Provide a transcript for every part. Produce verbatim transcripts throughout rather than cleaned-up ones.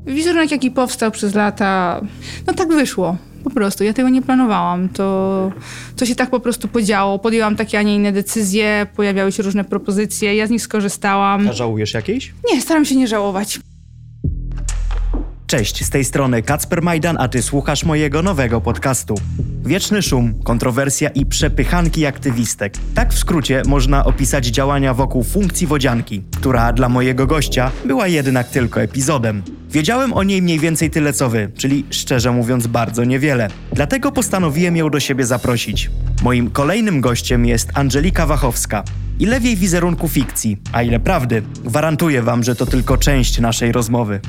Wizerunek, jaki powstał przez lata, no tak wyszło. Po prostu, ja tego nie planowałam. To, to się tak po prostu podziało. Podjęłam takie, a nie inne decyzje, pojawiały się różne propozycje, ja z nich skorzystałam. A żałujesz jakiejś? Nie, staram się nie żałować. Cześć, z tej strony Kacper Majdan, a ty słuchasz mojego nowego podcastu. Wieczny szum, kontrowersja i przepychanki aktywistek. Tak w skrócie można opisać działania wokół funkcji wodzianki, która dla mojego gościa była jednak tylko epizodem. Wiedziałem o niej mniej więcej tyle co wy, czyli szczerze mówiąc bardzo niewiele. Dlatego postanowiłem ją do siebie zaprosić. Moim kolejnym gościem jest Angelika Wachowska. Ile w jej wizerunku fikcji, a ile prawdy? Gwarantuję wam, że to tylko część naszej rozmowy.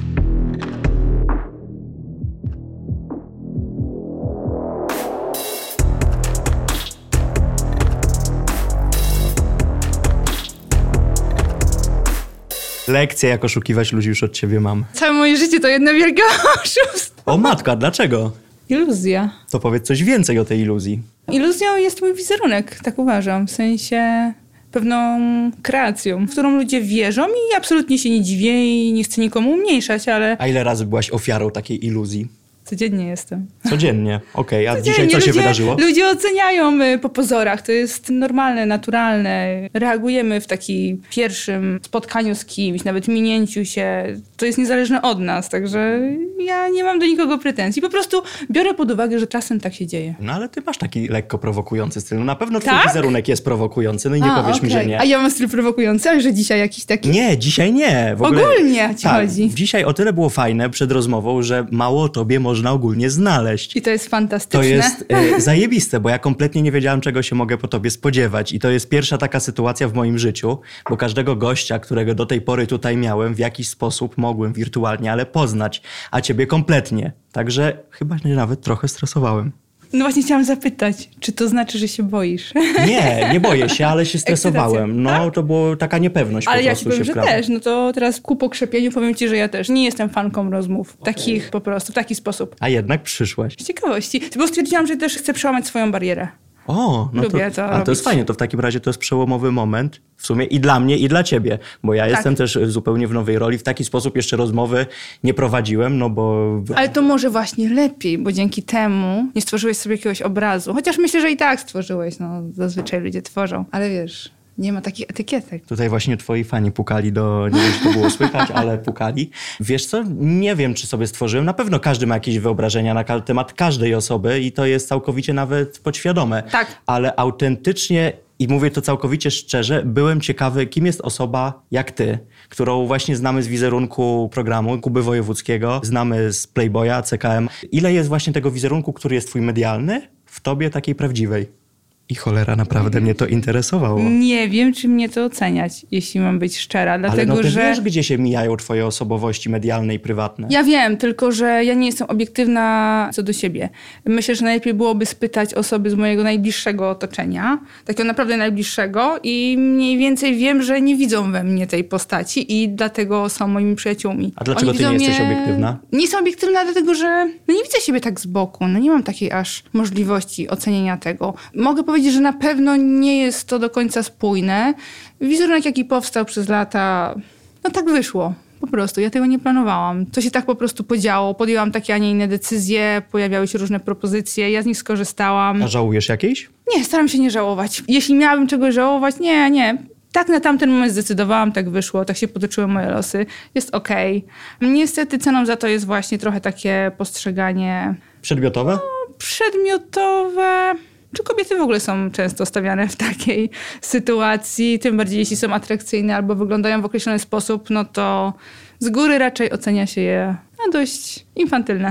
Lekcje, jak oszukiwać ludzi, już od ciebie mam. Całe moje życie to jedno wielkie oszustwo. O matka, dlaczego? Iluzja. To powiedz coś więcej o tej iluzji. Iluzją jest mój wizerunek, tak uważam. W sensie pewną kreacją, w którą ludzie wierzą i absolutnie się nie dziwię i nie chcę nikomu umniejszać, ale A ile razy byłaś ofiarą takiej iluzji? codziennie jestem. Codziennie. Okej, okay, a Codziennie. dzisiaj co ludzie, się wydarzyło? Ludzie oceniają y, po pozorach. To jest normalne, naturalne. Reagujemy w takim pierwszym spotkaniu z kimś, nawet minięciu się. To jest niezależne od nas, także ja nie mam do nikogo pretensji. Po prostu biorę pod uwagę, że czasem tak się dzieje. No ale ty masz taki lekko prowokujący styl. No na pewno twój Tak? wizerunek jest prowokujący, no i nie A, powiesz okay. mi, że nie. A ja mam styl prowokujący, ale że dzisiaj jakiś taki... Nie, dzisiaj nie. W ogóle... Ogólnie ci tak, chodzi. Dzisiaj o tyle było fajne przed rozmową, że mało o tobie można ogólnie znaleźć. I to jest fantastyczne. To jest e, zajebiste, bo ja kompletnie nie wiedziałem, czego się mogę po tobie spodziewać. I to jest pierwsza taka sytuacja w moim życiu, bo każdego gościa, którego do tej pory tutaj miałem, w jakiś sposób mogłem wirtualnie, ale poznać, a ciebie kompletnie. Także chyba się nawet trochę stresowałem. No właśnie chciałam zapytać, czy to znaczy, że się boisz? Nie, nie boję się, ale się stresowałem. No to była taka niepewność Ale po ja prostu ci powiem, się że wkradła. też. No to teraz ku pokrzepieniu powiem ci, że ja też nie jestem fanką rozmów. Okay. Takich po prostu, w taki sposób. A jednak przyszłaś. Z ciekawości. Bo stwierdziłam, że też chcę przełamać swoją barierę. O, no Lubię to, to a to robić. jest fajnie, to w takim razie to jest przełomowy moment w sumie i dla mnie, i dla ciebie, bo ja Tak. jestem też zupełnie w nowej roli. W taki sposób jeszcze rozmowy nie prowadziłem, no bo... Ale to może właśnie lepiej, bo dzięki temu nie stworzyłeś sobie jakiegoś obrazu. Chociaż myślę, że i tak stworzyłeś, no zazwyczaj ludzie tworzą. Ale wiesz, nie ma takich etykietek. Tutaj właśnie twoi fani pukali do... Nie wiem, czy to było słychać, ale pukali. Wiesz co? Nie wiem, czy sobie stworzyłem. Na pewno każdy ma jakieś wyobrażenia na ka- temat każdej osoby i to jest całkowicie nawet podświadome. Tak. Ale autentycznie, i mówię to całkowicie szczerze, byłem ciekawy, kim jest osoba jak ty, którą właśnie znamy z wizerunku programu Kuby Wojewódzkiego, znamy z Playboya, C K M. Ile jest właśnie tego wizerunku, który jest twój medialny, w tobie takiej prawdziwej? I cholera, naprawdę mnie to interesowało. Nie wiem, czy mnie to oceniać, jeśli mam być szczera. Dlatego, Ale no ty że... wiesz, gdzie się mijają twoje osobowości medialne i prywatne. Ja wiem, tylko że ja nie jestem obiektywna co do siebie. Myślę, że najlepiej byłoby spytać osoby z mojego najbliższego otoczenia, takiego naprawdę najbliższego i mniej więcej wiem, że nie widzą we mnie tej postaci i dlatego są moimi przyjaciółmi. A dlaczego Oni ty nie widzą jesteś mnie... obiektywna? Nie jestem obiektywna dlatego, że no nie widzę siebie tak z boku. No nie mam takiej aż możliwości ocenienia tego. Mogę powiedzieć, że na pewno nie jest to do końca spójne. Wizerunek, jaki powstał przez lata, no tak wyszło. Po prostu, ja tego nie planowałam. To się tak po prostu podziało. Podjęłam takie, a nie inne decyzje, pojawiały się różne propozycje, ja z nich skorzystałam. A żałujesz jakiejś? Nie, staram się nie żałować. Jeśli miałabym czegoś żałować, nie, nie. Tak na tamten moment zdecydowałam, tak wyszło, tak się potoczyły moje losy. Jest okej. Niestety ceną za to jest właśnie trochę takie postrzeganie... Przedmiotowe? No, przedmiotowe... Czy kobiety w ogóle są często stawiane w takiej sytuacji, tym bardziej jeśli są atrakcyjne albo wyglądają w określony sposób, no to z góry raczej ocenia się je na dość infantylne.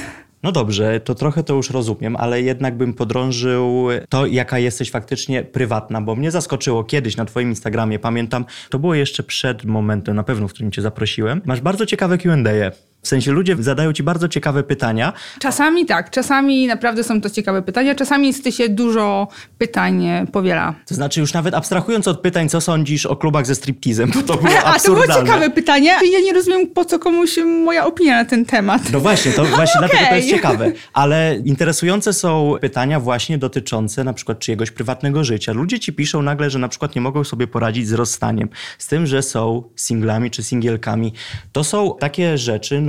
No dobrze, to trochę to już rozumiem, ale jednak bym podrążył to, jaka jesteś faktycznie prywatna, bo mnie zaskoczyło kiedyś na twoim Instagramie, pamiętam, to było jeszcze przed momentem na pewno, w którym cię zaprosiłem. Masz bardzo ciekawe Q and A. W sensie ludzie zadają ci bardzo ciekawe pytania. Czasami tak, czasami naprawdę są to ciekawe pytania, czasami niestety się dużo pytań powiela. To znaczy już nawet abstrahując od pytań, co sądzisz o klubach ze striptizem, bo to było A, absurdalne. to było ciekawe pytanie. Ja nie rozumiem, po co komuś moja opinia na ten temat. No właśnie, to właśnie Okay. dlatego to jest ciekawe. Ale interesujące są pytania właśnie dotyczące na przykład czyjegoś prywatnego życia. Ludzie ci piszą nagle, że na przykład nie mogą sobie poradzić z rozstaniem, z tym, że są singlami czy singielkami. To są takie rzeczy, no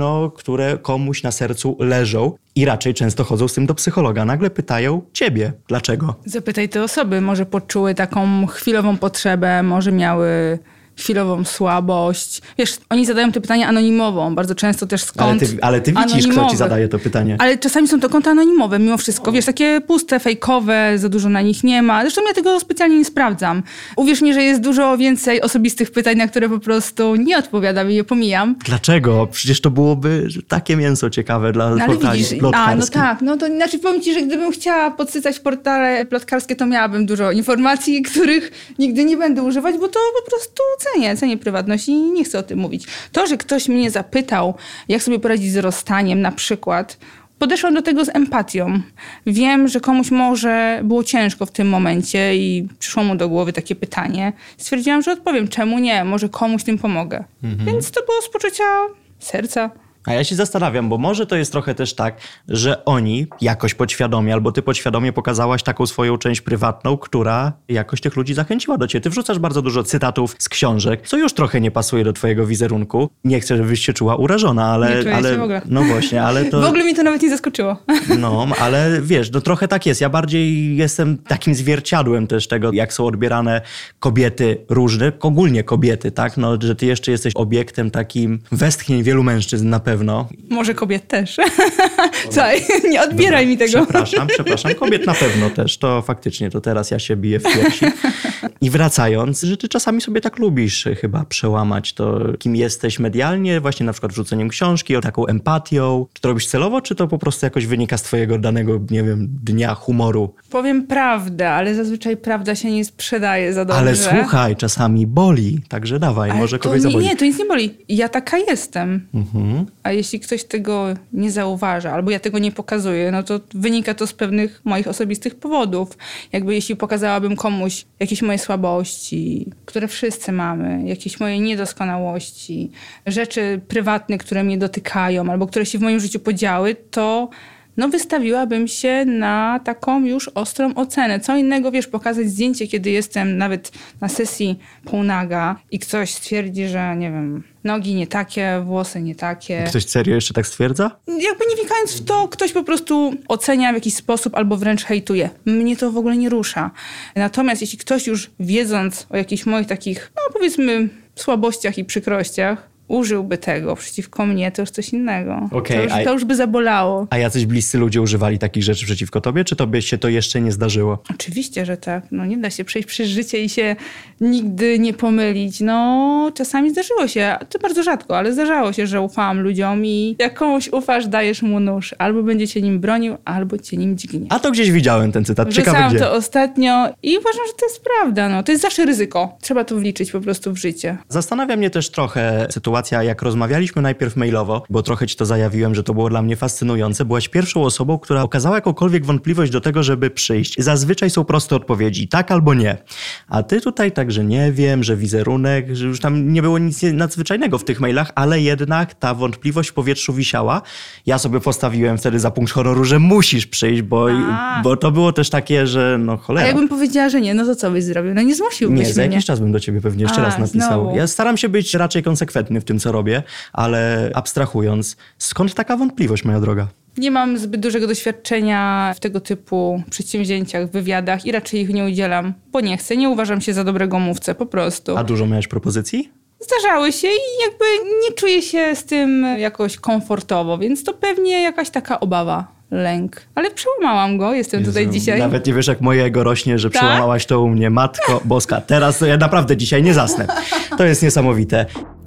no, które komuś na sercu leżą i raczej często chodzą z tym do psychologa. Nagle pytają ciebie, dlaczego? Zapytaj te osoby, może poczuły taką chwilową potrzebę, może miały chwilową słabość. Wiesz, oni zadają te pytania anonimowo, bardzo często też skąd Ale ty, ale ty widzisz, kto ci zadaje to pytanie. Ale czasami są to konta anonimowe, mimo wszystko. Wiesz, takie puste, fejkowe, za dużo na nich nie ma. Zresztą ja tego specjalnie nie sprawdzam. Uwierz mi, że jest dużo więcej osobistych pytań, na które po prostu nie odpowiadam i je pomijam. Dlaczego? Przecież to byłoby takie mięso ciekawe dla no, portali plotkarskich. A, no tak. No to znaczy powiem ci, że gdybym chciała podsycać w portale plotkarskie, to miałabym dużo informacji, których nigdy nie będę używać, bo to po prostu cenię, cenię prywatność i nie chcę o tym mówić. To, że ktoś mnie zapytał, jak sobie poradzić z rozstaniem na przykład, podeszłam do tego z empatią. Wiem, że komuś może było ciężko w tym momencie i przyszło mu do głowy takie pytanie. Stwierdziłam, że odpowiem, czemu nie, może komuś tym pomogę. Mhm. Więc to było z poczucia serca. A ja się zastanawiam, bo może to jest trochę też tak, że oni jakoś podświadomie, albo ty podświadomie pokazałaś taką swoją część prywatną, która jakoś tych ludzi zachęciła do ciebie. Ty wrzucasz bardzo dużo cytatów z książek, co już trochę nie pasuje do twojego wizerunku. Nie chcę, żebyś się czuła urażona, ale... Nie czuję ale się w ogóle. No właśnie, ale to... W ogóle mi to nawet nie zaskoczyło. No, ale wiesz, no trochę tak jest. Ja bardziej jestem takim zwierciadłem też tego, jak są odbierane kobiety różne, ogólnie kobiety, tak? No, że ty jeszcze jesteś obiektem takim westchnień wielu mężczyzn na pewno. Może kobiet też. Słuchaj, nie odbieraj Dobra, mi tego. Przepraszam, przepraszam. Kobiet na pewno też. To faktycznie, to teraz ja się biję w piersi. I wracając, że ty czasami sobie tak lubisz chyba przełamać to, kim jesteś medialnie, właśnie na przykład wrzuceniem książki, o taką empatią. Czy to robisz celowo, czy to po prostu jakoś wynika z twojego danego, nie wiem, dnia humoru? Powiem prawdę, ale zazwyczaj prawda się nie sprzedaje za dobrze. Ale słuchaj, czasami boli, także dawaj, ale może to kogoś nie, zaboli. Nie, to nic nie boli. Ja taka jestem. Mhm. A jeśli ktoś tego nie zauważa, albo ja tego nie pokazuję, no to wynika to z pewnych moich osobistych powodów. Jakby jeśli pokazałabym komuś jakieś moje słabości, które wszyscy mamy, jakieś moje niedoskonałości, rzeczy prywatne, które mnie dotykają, albo które się w moim życiu podziały, to no wystawiłabym się na taką już ostrą ocenę. Co innego, wiesz, pokazać zdjęcie, kiedy jestem nawet na sesji półnaga i ktoś stwierdzi, że nie wiem, nogi nie takie, włosy nie takie. Ktoś serio jeszcze tak stwierdza? Jakby nie wnikając w to, ktoś po prostu ocenia w jakiś sposób albo wręcz hejtuje. Mnie to w ogóle nie rusza. Natomiast jeśli ktoś już wiedząc o jakichś moich takich, no powiedzmy, słabościach i przykrościach, użyłby tego przeciwko mnie, to już coś innego. Okay, to, już, a, to już by zabolało. A jacyś bliscy ludzie używali takich rzeczy przeciwko tobie, czy tobie się to jeszcze nie zdarzyło? Oczywiście, że tak. No nie da się przejść przez życie i się nigdy nie pomylić. No czasami zdarzyło się, to bardzo rzadko, ale zdarzało się, że ufałam ludziom i jak komuś ufasz, dajesz mu nóż. Albo będzie cię nim bronił, albo cię nim dźgnie. A to gdzieś widziałem ten cytat. Ciekawe Wrzucałam gdzie. to ostatnio i uważam, że to jest prawda. No. To jest zawsze ryzyko. Trzeba to wliczyć po prostu w życie. Zastanawia mnie też trochę sytuacja, jak rozmawialiśmy najpierw mailowo, bo trochę ci to zajawiłem, że to było dla mnie fascynujące. Byłaś pierwszą osobą, która okazała jakąkolwiek wątpliwość do tego, żeby przyjść. Zazwyczaj są proste odpowiedzi, tak albo nie. A ty tutaj także nie wiem, że wizerunek, że już tam nie było nic nadzwyczajnego w tych mailach, ale jednak ta wątpliwość w powietrzu wisiała. Ja sobie postawiłem wtedy za punkt honoru, że musisz przyjść, bo, bo to było też takie, że no cholera. A jakbym powiedziała, że nie, no to co byś zrobił? No nie zmusiłbyś mnie. Nie, za jakiś czas bym do ciebie pewnie jeszcze A, raz napisał. znowu. Ja staram się być raczej konsekwentny w tym, co robię, ale abstrahując, skąd taka wątpliwość, moja droga? Nie mam zbyt dużego doświadczenia w tego typu przedsięwzięciach, wywiadach i raczej ich nie udzielam, bo nie chcę, nie uważam się za dobrego mówcę, po prostu. A dużo miałeś propozycji? Zdarzały się i jakby nie czuję się z tym jakoś komfortowo, więc to pewnie jakaś taka obawa, lęk. Ale przełamałam go, jestem Jezu, tutaj dzisiaj. Nawet nie wiesz, jak moje ego rośnie, że tak? przełamałaś to u mnie. Matko Boska, teraz to ja naprawdę dzisiaj nie zasnę. To jest niesamowite.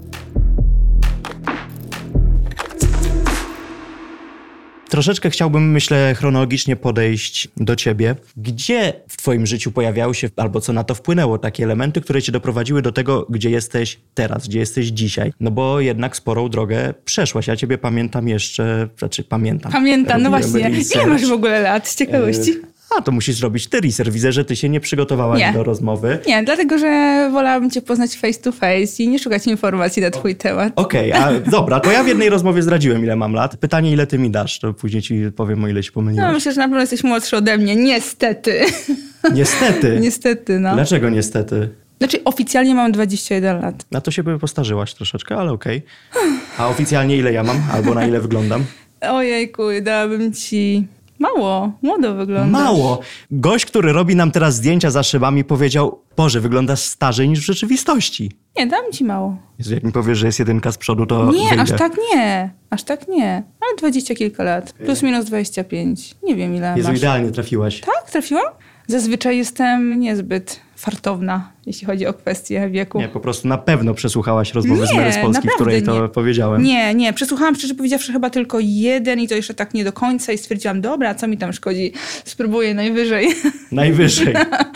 Troszeczkę chciałbym, myślę, chronologicznie podejść do ciebie. Gdzie w twoim życiu pojawiały się, albo co na to wpłynęło, takie elementy, które cię doprowadziły do tego, gdzie jesteś teraz, gdzie jesteś dzisiaj? No bo jednak sporą drogę przeszłaś. Ja ciebie pamiętam jeszcze, znaczy pamiętam. Pamiętam, no Robiłem właśnie. research. Ile masz w ogóle lat, z ciekawości? A, to musisz zrobić ty research. Widzę, że ty się nie przygotowałaś Nie. do rozmowy. Nie, dlatego, że wolałabym cię poznać face to face i nie szukać informacji na twój temat. Okej, okay, a dobra, to ja w jednej rozmowie zdradziłem, ile mam lat. Pytanie, ile ty mi dasz, to później ci powiem, o ile się pomyliłeś. No myślę, że na pewno jesteś młodszy ode mnie, niestety. Niestety. Niestety, no. Dlaczego niestety? Znaczy oficjalnie mam dwadzieścia jeden lat. Na to się by postarzyłaś troszeczkę, ale okej. Okay. A oficjalnie ile ja mam? Albo na ile wyglądam? Ojejku, dałabym ci... Mało, młodo wyglądasz. Mało. Gość, który robi nam teraz zdjęcia za szybami, powiedział: Boże, wyglądasz starzej niż w rzeczywistości. Nie, dam ci mało. Jezu, jak mi powiesz, że jest jedynka z przodu, to Nie, wyjdę. aż tak nie. Aż tak nie. Ale dwadzieścia kilka lat. Plus minus dwadzieścia pięć. Nie wiem, ile Jezu, masz. idealnie trafiłaś. Tak, trafiłam? Zazwyczaj jestem niezbyt fartowna, jeśli chodzi o kwestię wieku. Nie, po prostu na pewno przesłuchałaś rozmowę nie, z Mary z Polski, w której to nie. powiedziałem. Nie, nie. Przesłuchałam, szczerze powiedziawszy, chyba tylko jeden i to jeszcze tak nie do końca i stwierdziłam, dobra, co mi tam szkodzi? Spróbuję najwyżej. Najwyżej.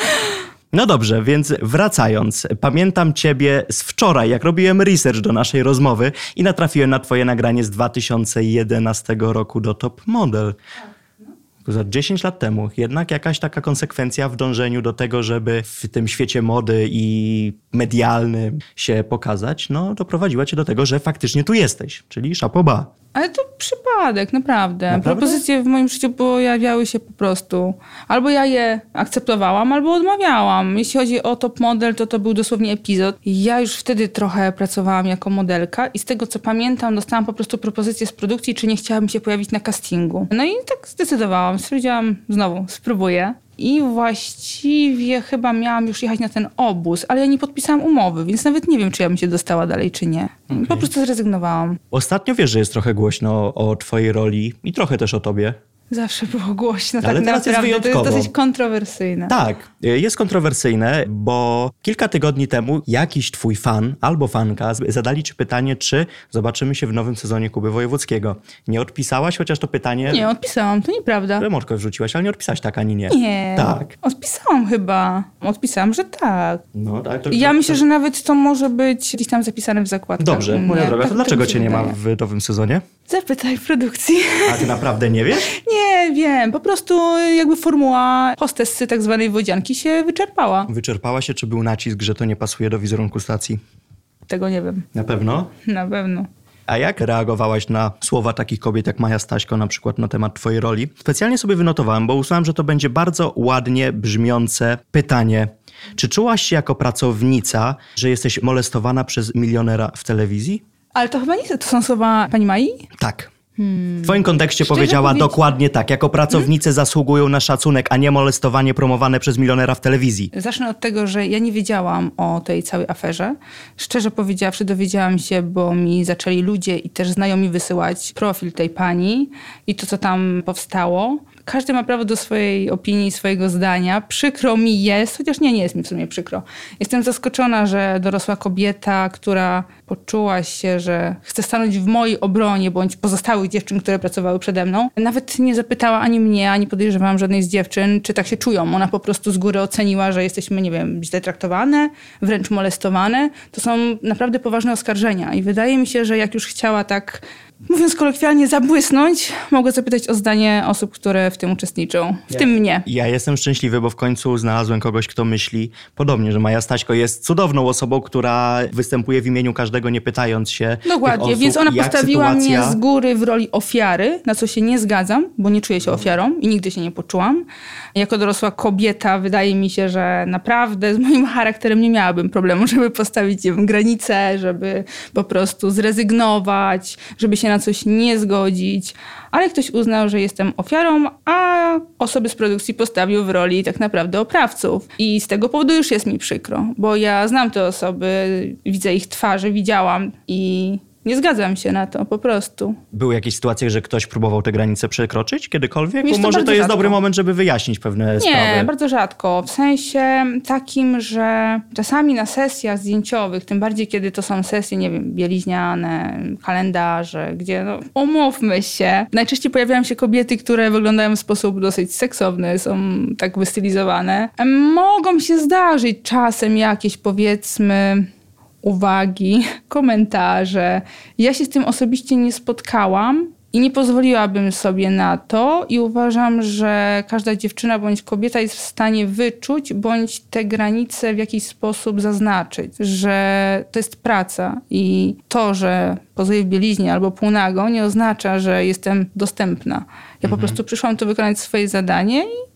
No dobrze, więc wracając. Pamiętam ciebie z wczoraj, jak robiłem research do naszej rozmowy i natrafiłem na twoje nagranie z dwa tysiące jedenastego roku do Top Model. Za dziesięć lat temu. Jednak jakaś taka konsekwencja w dążeniu do tego, żeby w tym świecie mody i medialnym się pokazać, no doprowadziła cię do tego, że faktycznie tu jesteś, czyli chapeau bas. Ale to przypadek, naprawdę. Naprawdę? Propozycje w moim życiu pojawiały się po prostu. Albo ja je akceptowałam, albo odmawiałam. Jeśli chodzi o Top Model, to to był dosłownie epizod. Ja już wtedy trochę pracowałam jako modelka i z tego, co pamiętam, dostałam po prostu propozycję z produkcji, czy nie chciałabym się pojawić na castingu. No i tak zdecydowałam. Stwierdziłam, znowu, spróbuję. I właściwie chyba miałam już jechać na ten obóz, ale ja nie podpisałam umowy, więc nawet nie wiem, czy ja bym się dostała dalej, czy nie. Okay. Po prostu zrezygnowałam. Ostatnio wiesz, że jest trochę głośno o twojej roli i trochę też o tobie. Zawsze było głośno, ale tak teraz naprawdę. jest wyjątkowo. To jest dosyć kontrowersyjne. Tak, jest kontrowersyjne, bo kilka tygodni temu jakiś twój fan albo fanka zadali ci pytanie, czy zobaczymy się w nowym sezonie Kuby Wojewódzkiego. Nie odpisałaś, chociaż to pytanie... Nie, odpisałam, to nieprawda. Remorkę wrzuciłaś, ale nie odpisałaś tak ani nie. Nie, tak. Odpisałam chyba. Odpisałam, że tak. No, tak to, ja to, myślę, to... że nawet to może być gdzieś tam zapisane w zakładkach. Dobrze, moja droga, to tak, dlaczego tak cię nie wydaje. ma w nowym sezonie? Zapytaj produkcji. A ty naprawdę nie wiesz? Nie, wiem. Po prostu jakby formuła hostessy tak zwanej wodzianki się wyczerpała. Wyczerpała się, czy był nacisk, że to nie pasuje do wizerunku stacji? Tego nie wiem. Na pewno? Na pewno. A jak reagowałaś na słowa takich kobiet jak Maja Staśko na przykład na temat twojej roli? Specjalnie sobie wynotowałem, bo usłyszałem, że to będzie bardzo ładnie brzmiące pytanie. Czy czułaś się jako pracownica, że jesteś molestowana przez milionera w telewizji? Ale to chyba nie to są słowa pani Mai? Tak. W twoim kontekście Szczerze powiedziała powiedzieć... dokładnie tak. Jako pracownice hmm? zasługują na szacunek, a nie molestowanie promowane przez milionera w telewizji. Zacznę od tego, że ja nie wiedziałam o tej całej aferze. Szczerze powiedziawszy, dowiedziałam się, bo mi zaczęli ludzie i też znajomi wysyłać profil tej pani i to, co tam powstało. Każdy ma prawo do swojej opinii, swojego zdania. Przykro mi jest, chociaż nie, nie jest mi w sumie przykro. Jestem zaskoczona, że dorosła kobieta, która poczuła się, że chce stanąć w mojej obronie, bądź pozostałych dziewczyn, które pracowały przede mną, nawet nie zapytała ani mnie, ani podejrzewam żadnej z dziewczyn, czy tak się czują. Ona po prostu z góry oceniła, że jesteśmy, nie wiem, źle traktowane, wręcz molestowane. To są naprawdę poważne oskarżenia i wydaje mi się, że jak już chciała tak... Mówiąc kolokwialnie, zabłysnąć, mogę zapytać o zdanie osób, które w tym uczestniczą. W ja, tym mnie. Ja jestem szczęśliwy, bo w końcu znalazłem kogoś, kto myśli podobnie, że Maja Staśko jest cudowną osobą, która występuje w imieniu każdego, nie pytając się Dokładnie, tych osób, więc ona jak postawiła sytuacja... mnie z góry w roli ofiary, na co się nie zgadzam, bo nie czuję się ofiarą i nigdy się nie poczułam. Jako dorosła kobieta wydaje mi się, że naprawdę z moim charakterem nie miałabym problemu, żeby postawić nie wiem, granice, żeby po prostu zrezygnować, żeby się na coś nie zgodzić, ale ktoś uznał, że jestem ofiarą, a osoby z produkcji postawił w roli tak naprawdę oprawców. I z tego powodu już jest mi przykro, bo ja znam te osoby, widzę ich twarze, widziałam i nie zgadzam się na to po prostu. Były jakieś sytuacje, że ktoś próbował te granice przekroczyć kiedykolwiek? Wiesz, bo może to, to jest rzadko. dobry moment, żeby wyjaśnić pewne nie, sprawy. Nie, bardzo rzadko. W sensie takim, że czasami na sesjach zdjęciowych, tym bardziej kiedy to są sesje, nie wiem, bieliźniane, kalendarze, gdzie, no, umówmy się, najczęściej pojawiają się kobiety, które wyglądają w sposób dosyć seksowny, są tak wystylizowane. Mogą się zdarzyć czasem jakieś, powiedzmy... uwagi, komentarze. Ja się z tym osobiście nie spotkałam i nie pozwoliłabym sobie na to i uważam, że każda dziewczyna bądź kobieta jest w stanie wyczuć bądź te granice w jakiś sposób zaznaczyć, że to jest praca i to, że pozuję w bieliźnie albo półnago nie oznacza, że jestem dostępna. Ja mhm. po prostu przyszłam tu wykonać swoje zadanie i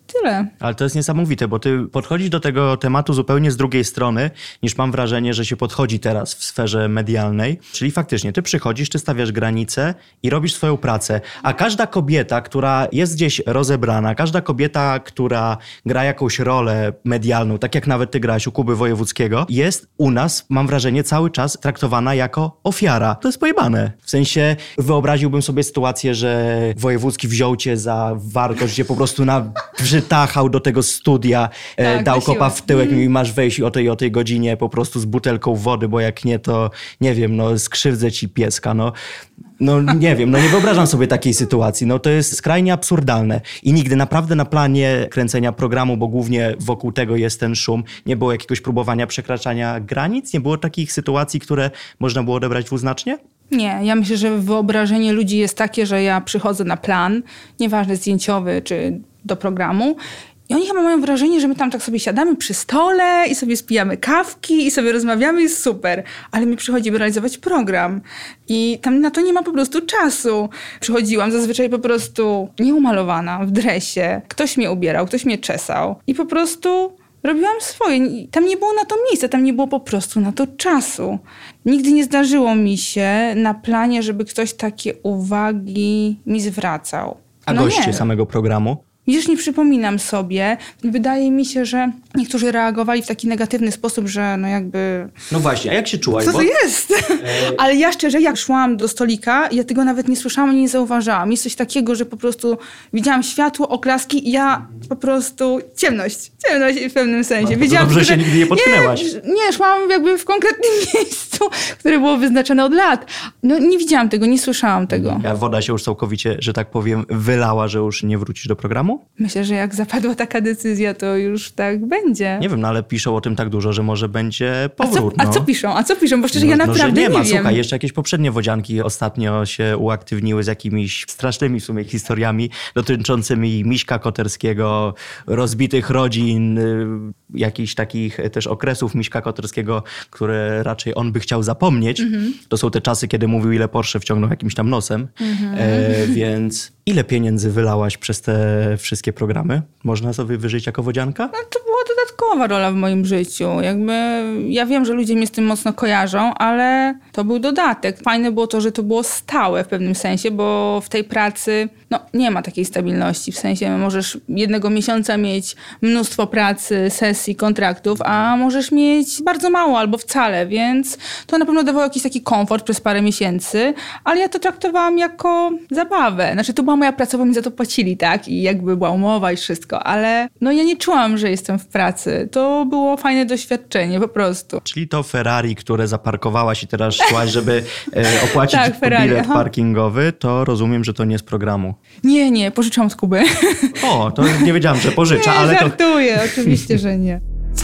tyle. Ale to jest niesamowite, bo ty podchodzisz do tego tematu zupełnie z drugiej strony, niż mam wrażenie, że się podchodzi teraz w sferze medialnej. Czyli faktycznie ty przychodzisz, ty stawiasz granice i robisz swoją pracę. A każda kobieta, która jest gdzieś rozebrana, każda kobieta, która gra jakąś rolę medialną, tak jak nawet ty grałaś u Kuby Wojewódzkiego, jest u nas, mam wrażenie, cały czas traktowana jako ofiara. To jest pojebane. W sensie wyobraziłbym sobie sytuację, że Wojewódzki wziął cię za wartość, gdzie po prostu na przytachał do tego studia, tak, e, dał kopa w tyłek mm. i masz wejść o tej o tej godzinie po prostu z butelką wody, bo jak nie, to nie wiem, no skrzywdzę ci pieska, no. No nie wiem, no nie wyobrażam sobie takiej sytuacji. No to jest skrajnie absurdalne. I nigdy naprawdę na planie kręcenia programu, bo głównie wokół tego jest ten szum, nie było jakiegoś próbowania przekraczania granic? Nie było takich sytuacji, które można było odebrać dwuznacznie? Nie, ja myślę, że wyobrażenie ludzi jest takie, że ja przychodzę na plan, nieważne zdjęciowy czy do programu, i oni chyba mają wrażenie, że my tam tak sobie siadamy przy stole i sobie spijamy kawki i sobie rozmawiamy, jest super. Ale my przychodzimy realizować program i tam na to nie ma po prostu czasu. Przychodziłam zazwyczaj po prostu nieumalowana, w dresie. Ktoś mnie ubierał, ktoś mnie czesał i po prostu robiłam swoje. Tam nie było na to miejsca, tam nie było po prostu na to czasu. Nigdy nie zdarzyło mi się na planie, żeby ktoś takie uwagi mi zwracał. A no goście nie. samego programu? Widzisz, nie przypominam sobie. Wydaje mi się, że niektórzy reagowali w taki negatywny sposób, że no jakby... No właśnie, a jak się czułaś? Co bo... to jest? E... Ale ja szczerze, jak szłam do stolika, ja tego nawet nie słyszałam i nie zauważałam. Jest coś takiego, że po prostu widziałam światło, oklaski i ja po prostu... Ciemność. Ciemność w pewnym sensie. No, Wiedziałam, dobrze, że że się nigdy nie potknęłaś. Nie, nie, szłam jakby w konkretnym miejscu, które było wyznaczone od lat. No nie widziałam tego, nie słyszałam tego. A woda się już całkowicie, że tak powiem, wylała, że już nie wrócisz do programu? Myślę, że jak zapadła taka decyzja, to już tak będzie. Nie wiem, no ale piszą o tym tak dużo, że może będzie powrót. A co, no. a co piszą? A co piszą? Bo szczerze, no, ja naprawdę no, że nie, nie ma. wiem. Słuchaj, jeszcze jakieś poprzednie wodzianki ostatnio się uaktywniły z jakimiś strasznymi w sumie historiami dotyczącymi Miśka Koterskiego, rozbitych rodzin, jakichś takich też okresów Miśka Koterskiego, które raczej on by chciał zapomnieć. Mm-hmm. To są te czasy, kiedy mówił, ile Porsche wciągnął jakimś tam nosem. Mm-hmm. E, więc ile pieniędzy wylałaś przez te wszystkie programy? Można sobie wyżyć jako wodzianka? No, to była dodatkowa rola w moim życiu. Jakby ja wiem, że ludzie mnie z tym mocno kojarzą, ale to był dodatek. Fajne było to, że to było stałe w pewnym sensie, bo w tej pracy no, nie ma takiej stabilności. W sensie możesz jednego miesiąca mieć mnóstwo pracy, sesji, kontraktów, a możesz mieć bardzo mało albo wcale, więc to na pewno dawało jakiś taki komfort przez parę miesięcy, ale ja to traktowałam jako zabawę. Znaczy to była moja praca, bo mi za to płacili, tak? I jakby była umowa i wszystko, ale no ja nie czułam, że jestem w pracy. To było fajne doświadczenie, po prostu. Czyli to Ferrari, które zaparkowałaś i teraz szłaś, żeby e, opłacić tak, Ferrari, bilet aha. parkingowy, to rozumiem, że to nie z programu. Nie, nie, pożyczam z Kuby. O, to nie wiedziałam, że pożycza, nie, ale żartuję, to... oczywiście, że nie.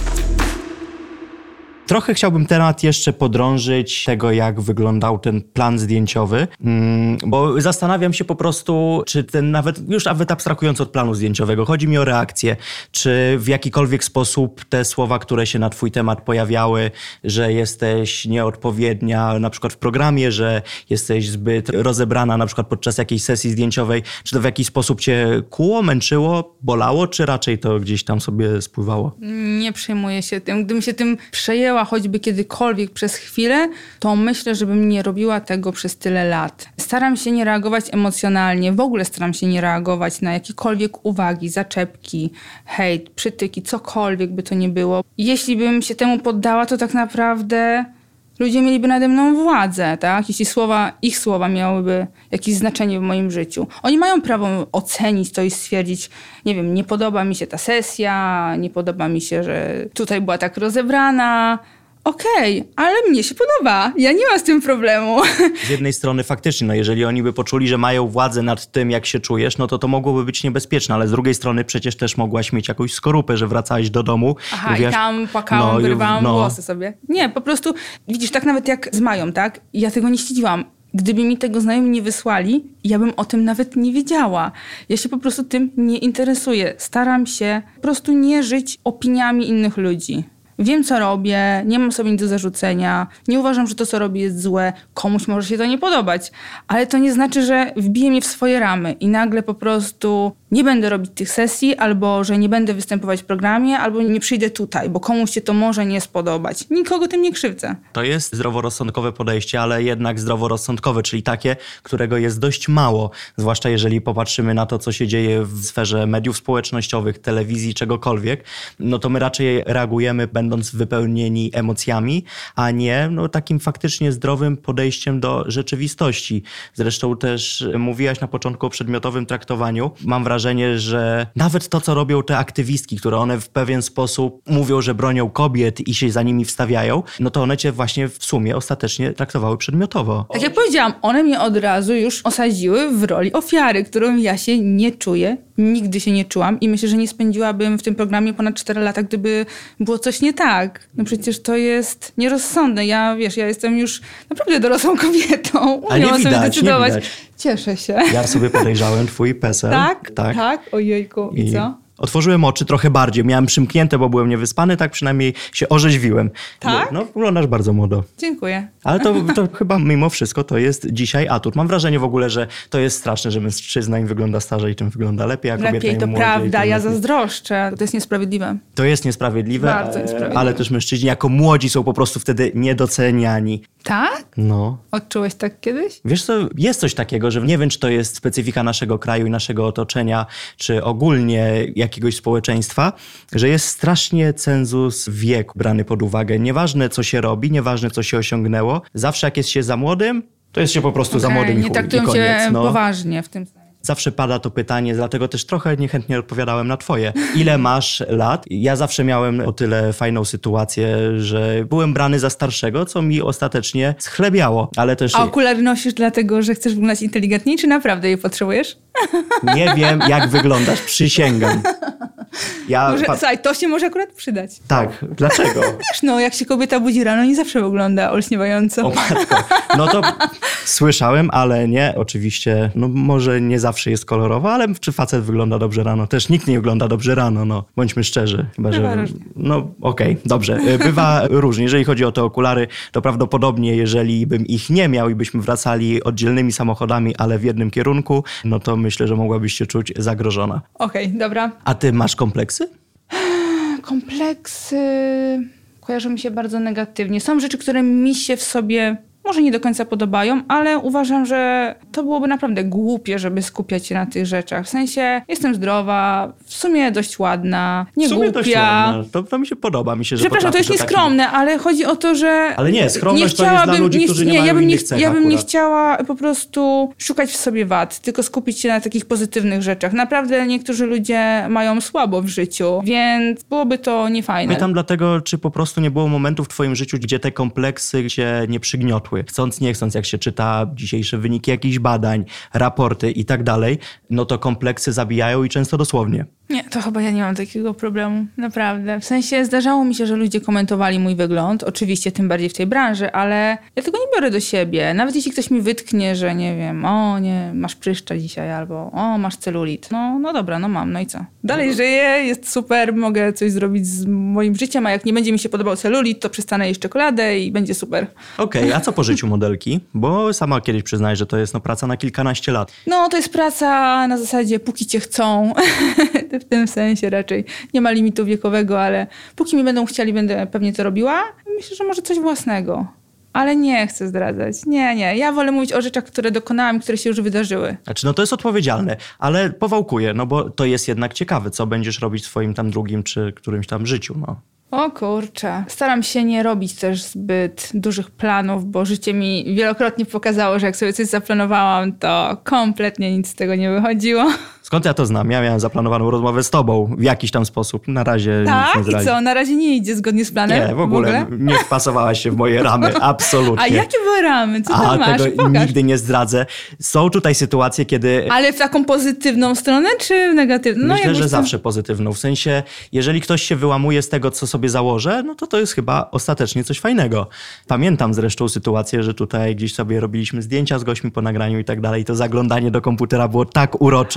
Trochę chciałbym temat jeszcze podrążyć tego, jak wyglądał ten plan zdjęciowy, bo zastanawiam się po prostu, czy ten nawet, już nawet abstrahując od planu zdjęciowego, chodzi mi o reakcję, czy w jakikolwiek sposób te słowa, które się na twój temat pojawiały, że jesteś nieodpowiednia na przykład w programie, że jesteś zbyt rozebrana na przykład podczas jakiejś sesji zdjęciowej, czy to w jakiś sposób cię kuło, męczyło, bolało, czy raczej to gdzieś tam sobie spływało? Nie przejmuję się tym. Gdybym się tym przejęła choćby kiedykolwiek przez chwilę, to myślę, żebym nie robiła tego przez tyle lat. Staram się nie reagować emocjonalnie, w ogóle staram się nie reagować na jakiekolwiek uwagi, zaczepki, hejt, przytyki, cokolwiek by to nie było. Jeśli bym się temu poddała, to tak naprawdę ludzie mieliby nade mną władzę, tak? Jeśli słowa, ich słowa miałyby jakieś znaczenie w moim życiu. Oni mają prawo ocenić to i stwierdzić, nie wiem, nie podoba mi się ta sesja, nie podoba mi się, że tutaj była tak rozebrana. Okej, okay, ale mnie się podoba. Ja nie mam z tym problemu. Z jednej strony faktycznie, no jeżeli oni by poczuli, że mają władzę nad tym, jak się czujesz, no to to mogłoby być niebezpieczne, ale z drugiej strony przecież też mogłaś mieć jakąś skorupę, że wracałeś do domu. Aha, mówiłaś, i tam płakałam, no, wyrywałam no. włosy sobie. Nie, po prostu, widzisz, tak nawet jak z Mają, tak? Ja tego nie śledziłam. Gdyby mi tego znajomi nie wysłali, ja bym o tym nawet nie wiedziała. Ja się po prostu tym nie interesuję. Staram się po prostu nie żyć opiniami innych ludzi. Wiem, co robię, nie mam sobie nic do zarzucenia, nie uważam, że to, co robię, jest złe, komuś może się to nie podobać, ale to nie znaczy, że wbije mnie w swoje ramy i nagle po prostu nie będę robić tych sesji, albo że nie będę występować w programie, albo nie przyjdę tutaj, bo komuś się to może nie spodobać. Nikogo tym nie krzywdzę. To jest zdroworozsądkowe podejście, ale jednak zdroworozsądkowe, czyli takie, którego jest dość mało. Zwłaszcza jeżeli popatrzymy na to, co się dzieje w sferze mediów społecznościowych, telewizji, czegokolwiek, no to my raczej reagujemy będąc wypełnieni emocjami, a nie no, takim faktycznie zdrowym podejściem do rzeczywistości. Zresztą też mówiłaś na początku o przedmiotowym traktowaniu. Mam wrażenie, że nawet to, co robią te aktywistki, które one w pewien sposób mówią, że bronią kobiet i się za nimi wstawiają, no to one cię właśnie w sumie ostatecznie traktowały przedmiotowo. Tak jak powiedziałam, one mnie od razu już osadziły w roli ofiary, którą ja się nie czuję. Nigdy się nie czułam i myślę, że nie spędziłabym w tym programie ponad cztery lata, gdyby było coś nie tak. No przecież to jest nierozsądne. Ja, wiesz, ja jestem już naprawdę dorosłą kobietą. Umiem o sobie decydować. Cieszę się. Ja sobie podejrzałem twój PESEL. Tak? Tak? Tak? Ojejku. I, I co? Otworzyłem oczy trochę bardziej. Miałem przymknięte, bo byłem niewyspany, tak przynajmniej się orzeźwiłem. Tak? No, wyglądasz bardzo młodo. Dziękuję. Ale to, to chyba mimo wszystko to jest dzisiaj atut. Mam wrażenie w ogóle, że to jest straszne, że mężczyzna im wygląda starzej, tym wygląda lepiej, a kobieta lepiej, im to młodziej, prawda. Ja lepiej. zazdroszczę. To jest niesprawiedliwe. To jest niesprawiedliwe, Bardzo niesprawiedliwe. Ale też mężczyźni jako młodzi są po prostu wtedy niedoceniani. Tak? No. Odczułeś tak kiedyś? Wiesz co, jest coś takiego, że nie wiem, czy to jest specyfika naszego kraju i naszego otoczenia, czy ogólnie jakiegoś społeczeństwa, że jest strasznie cenzus wieku brany pod uwagę. Nieważne, co się robi, nieważne, co się osiągnęło. Zawsze jak jest się za młodym, to jest się po prostu okay, za młodym i, nie traktują i koniec. cię no. poważnie w tym sensie. Zawsze pada to pytanie, dlatego też trochę niechętnie odpowiadałem na twoje. Ile masz lat? Ja zawsze miałem o tyle fajną sytuację, że byłem brany za starszego, co mi ostatecznie schlebiało, ale też... A okulary nosisz dlatego, że chcesz wyglądać inteligentniej, czy naprawdę je potrzebujesz? Nie wiem, jak wyglądasz, przysięgam. Ja może, pa... Słuchaj, to się może akurat przydać. Tak, dlaczego? Wiesz, no, jak się kobieta budzi rano, nie zawsze wygląda olśniewająco. O matko. No to słyszałem, ale nie, oczywiście, no może nie zawsze jest kolorowo, ale czy facet wygląda dobrze rano? Też nikt nie wygląda dobrze rano, no. Bądźmy szczerzy. Chyba, Bywa że... różnie. No okej, okay, dobrze. Bywa różnie. Jeżeli chodzi o te okulary, to prawdopodobnie, jeżeli bym ich nie miał i byśmy wracali oddzielnymi samochodami, ale w jednym kierunku, no to myślę, że mogłabyś się czuć zagrożona. Okej, okay, dobra. A ty masz kompleksy? Kompleksy kojarzą mi się bardzo negatywnie. Są rzeczy, które mi się w sobie może nie do końca podobają, ale uważam, że to byłoby naprawdę głupie, żeby skupiać się na tych rzeczach. W sensie jestem zdrowa, w sumie dość ładna, nie w sumie głupia. Dość ładna. To, to mi się podoba. Mi się, że Przepraszam, to jest nieskromne, takim... ale chodzi o to, że... Ale nie, skromność nie to jest dla ludzi, nie, którzy nie, nie mają ja bym innych nie, cech Ja bym akurat. nie chciała po prostu szukać w sobie wad, tylko skupić się na takich pozytywnych rzeczach. Naprawdę niektórzy ludzie mają słabo w życiu, więc byłoby to niefajne. Pytam dlatego, czy po prostu nie było momentu w twoim życiu, gdzie te kompleksy cię nie przygniotły. Chcąc, nie chcąc, jak się czyta dzisiejsze wyniki jakichś badań, raporty i tak dalej, no to kompleksy zabijają i często dosłownie. Nie, to chyba ja nie mam takiego problemu. Naprawdę. W sensie zdarzało mi się, że ludzie komentowali mój wygląd. Oczywiście tym bardziej w tej branży, ale ja tego nie biorę do siebie. Nawet jeśli ktoś mi wytknie, że nie wiem, o nie, masz pryszcza dzisiaj albo o, masz celulit. No, no dobra, no mam, no i co? Dalej żyję, jest super, mogę coś zrobić z moim życiem, a jak nie będzie mi się podobał celulit, to przestanę jeść czekoladę i będzie super. Okej, okay, a co po życiu modelki? Bo sama kiedyś przyznaję, że to jest no, praca na kilkanaście lat. No, to jest praca na zasadzie póki cię chcą. W tym sensie raczej. Nie ma limitu wiekowego, ale póki mi będą chcieli, będę pewnie to robiła. Myślę, że może coś własnego. Ale nie chcę zdradzać. Nie, nie. Ja wolę mówić o rzeczach, które dokonałam i które się już wydarzyły. Znaczy, no to jest odpowiedzialne, ale powałkuję, no bo to jest jednak ciekawe, co będziesz robić w swoim tam drugim czy którymś tam życiu, no. O kurczę. Staram się nie robić też zbyt dużych planów, bo życie mi wielokrotnie pokazało, że jak sobie coś zaplanowałam, to kompletnie nic z tego nie wychodziło. Skąd ja to znam? Ja miałem zaplanowaną rozmowę z tobą w jakiś tam sposób. Na razie tak? nic nie Tak? I co? Na razie nie idzie zgodnie z planem? Nie, w ogóle, w ogóle? nie wpasowałaś się w moje ramy. Absolutnie. A jakie były ramy? Co tam A, masz? tego Pokaż. nigdy nie zdradzę. Są tutaj sytuacje, kiedy... Ale w taką pozytywną stronę, czy w negatywną? No, Myślę, że to... zawsze pozytywną. W sensie, jeżeli ktoś się wyłamuje z tego, co sobie założę, no to to jest chyba ostatecznie coś fajnego. Pamiętam zresztą sytuację, że tutaj gdzieś sobie robiliśmy zdjęcia z gośćmi po nagraniu i tak dalej. To zaglądanie do komputera było tak urocze. To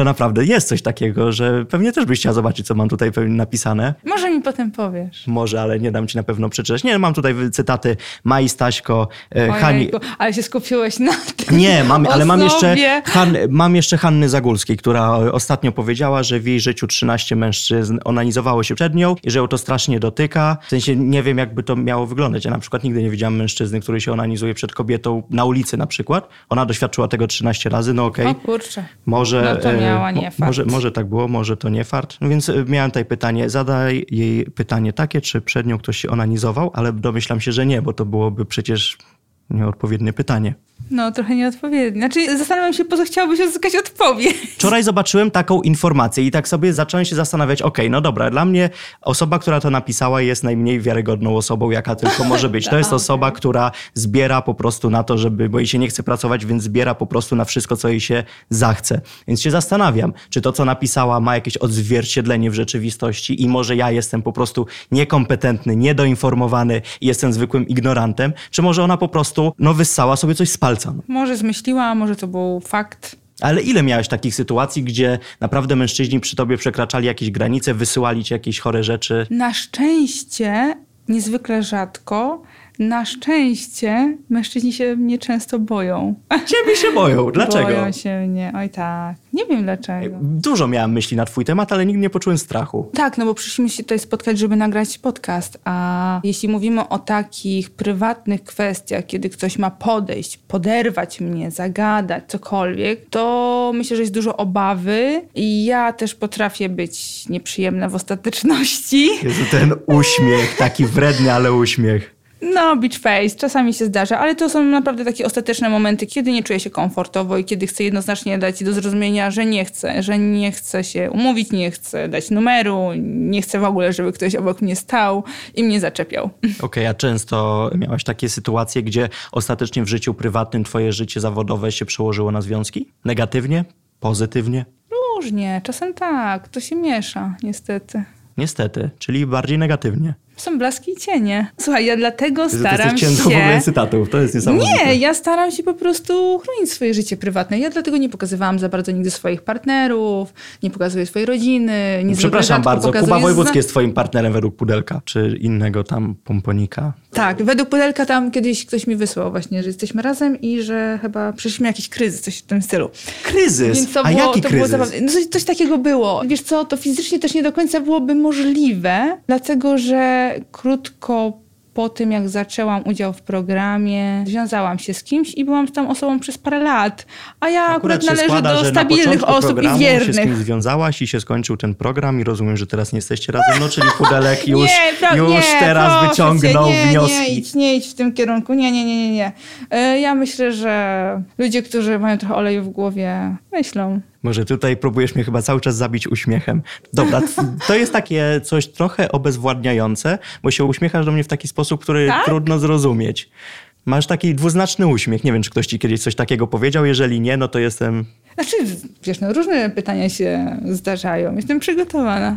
Kurczę, naprawdę jest coś takiego, że pewnie też byś chciała zobaczyć, co mam tutaj napisane. Może mi potem powiesz. Może, ale nie dam ci na pewno przeczytać. Nie, mam tutaj cytaty Mai, Staśko, e, Hani. Ale się skupiłeś na tym. Nie, mam, ale mam jeszcze, Han, mam jeszcze Hanny Zagórskiej, która ostatnio powiedziała, że w jej życiu trzynaście mężczyzn onanizowało się przed nią i że ją to strasznie dotyka. W sensie nie wiem, jakby to miało wyglądać. Ja na przykład nigdy nie widziałam mężczyzny, który się onanizuje przed kobietą na ulicy na przykład. Ona doświadczyła tego trzynaście razy, no okej. Okay. O kurczę. Może, no to miała nie fart. Może, może tak było, może to nie fart. No więc miałem tutaj pytanie, zadaj jej pytanie takie, czy przed nią ktoś się onanizował, ale domyślam się, że nie, bo to byłoby przecież nieodpowiednie pytanie. No, trochę nieodpowiednie. Znaczy, zastanawiam się, po co chciałabyś uzyskać odpowiedź. Wczoraj zobaczyłem taką informację i tak sobie zacząłem się zastanawiać, okej, okay, no dobra, dla mnie osoba, która to napisała, jest najmniej wiarygodną osobą, jaka tylko może być. To jest osoba, która zbiera po prostu na to, żeby, bo jej się nie chce pracować, więc zbiera po prostu na wszystko, co jej się zachce. Więc się zastanawiam, czy to, co napisała, ma jakieś odzwierciedlenie w rzeczywistości i może ja jestem po prostu niekompetentny, niedoinformowany i jestem zwykłym ignorantem, czy może ona po prostu, no, wyssała sobie coś z palca. Może zmyśliła, może to był fakt. Ale ile miałeś takich sytuacji, gdzie naprawdę mężczyźni przy tobie przekraczali jakieś granice, wysyłali ci jakieś chore rzeczy? Na szczęście, niezwykle rzadko, na szczęście mężczyźni się mnie często boją. Ciebie się boją? Dlaczego? Boją się mnie, oj tak. Nie wiem dlaczego. Dużo miałam myśli na twój temat, ale nigdy nie poczułem strachu. Tak, no bo przyszliśmy się tutaj spotkać, żeby nagrać podcast, a jeśli mówimy o takich prywatnych kwestiach, kiedy ktoś ma podejść, poderwać mnie, zagadać, cokolwiek, to myślę, że jest dużo obawy i ja też potrafię być nieprzyjemna w ostateczności. Jezu, ten uśmiech, taki wredny, ale uśmiech. No, beach face, czasami się zdarza, ale to są naprawdę takie ostateczne momenty, kiedy nie czuję się komfortowo i kiedy chcę jednoznacznie dać do zrozumienia, że nie chcę, że nie chcę się umówić, nie chcę dać numeru, nie chcę w ogóle, żeby ktoś obok mnie stał i mnie zaczepiał. Okej, okay, a często miałaś takie sytuacje, gdzie ostatecznie w życiu prywatnym twoje życie zawodowe się przełożyło na związki? Negatywnie? Pozytywnie? Różnie, czasem tak, to się miesza, niestety. Niestety, czyli bardziej negatywnie. Są blaski i cienie. Słuchaj, ja dlatego Jezu, staram się... To jest w ogóle cytatów, to jest niesamowite. Nie, ja staram się po prostu chronić swoje życie prywatne. Ja dlatego nie pokazywałam za bardzo nigdy swoich partnerów, nie pokazuję swojej rodziny. Nie Przepraszam bardzo, Kuba Wojewódzki za... jest twoim partnerem według Pudelka, czy innego tam pomponika? Tak, według Pudelka tam kiedyś ktoś mi wysłał właśnie, że jesteśmy razem i że chyba przeszliśmy jakiś kryzys, coś w tym stylu. Kryzys? Więc to A było, jaki to kryzys? Było no coś, coś takiego było. Wiesz co, to fizycznie też nie do końca byłoby możliwe, dlatego że krótko po tym, jak zaczęłam udział w programie, związałam się z kimś i byłam z tą osobą przez parę lat. A ja akurat, akurat należę składa, do stabilnych osób i wiernych. Się z kimś związałaś i się skończył ten program i rozumiem, że teraz nie jesteście razem. No, czyli Pudelek już, nie, pro, już nie, teraz wyciągnął cię, nie, wnioski. Nie, idź, nie idź w tym kierunku. Nie, nie, nie, nie. nie. Ja myślę, że ludzie, którzy mają trochę oleju w głowie, myślą. Może tutaj próbujesz mnie chyba cały czas zabić uśmiechem. Dobra, to jest takie coś trochę obezwładniające, bo się uśmiechasz do mnie w taki sposób, który tak? trudno zrozumieć. Masz taki dwuznaczny uśmiech. Nie wiem, czy ktoś ci kiedyś coś takiego powiedział. Jeżeli nie, no to jestem... Znaczy, wiesz, no różne pytania się zdarzają. Jestem przygotowana.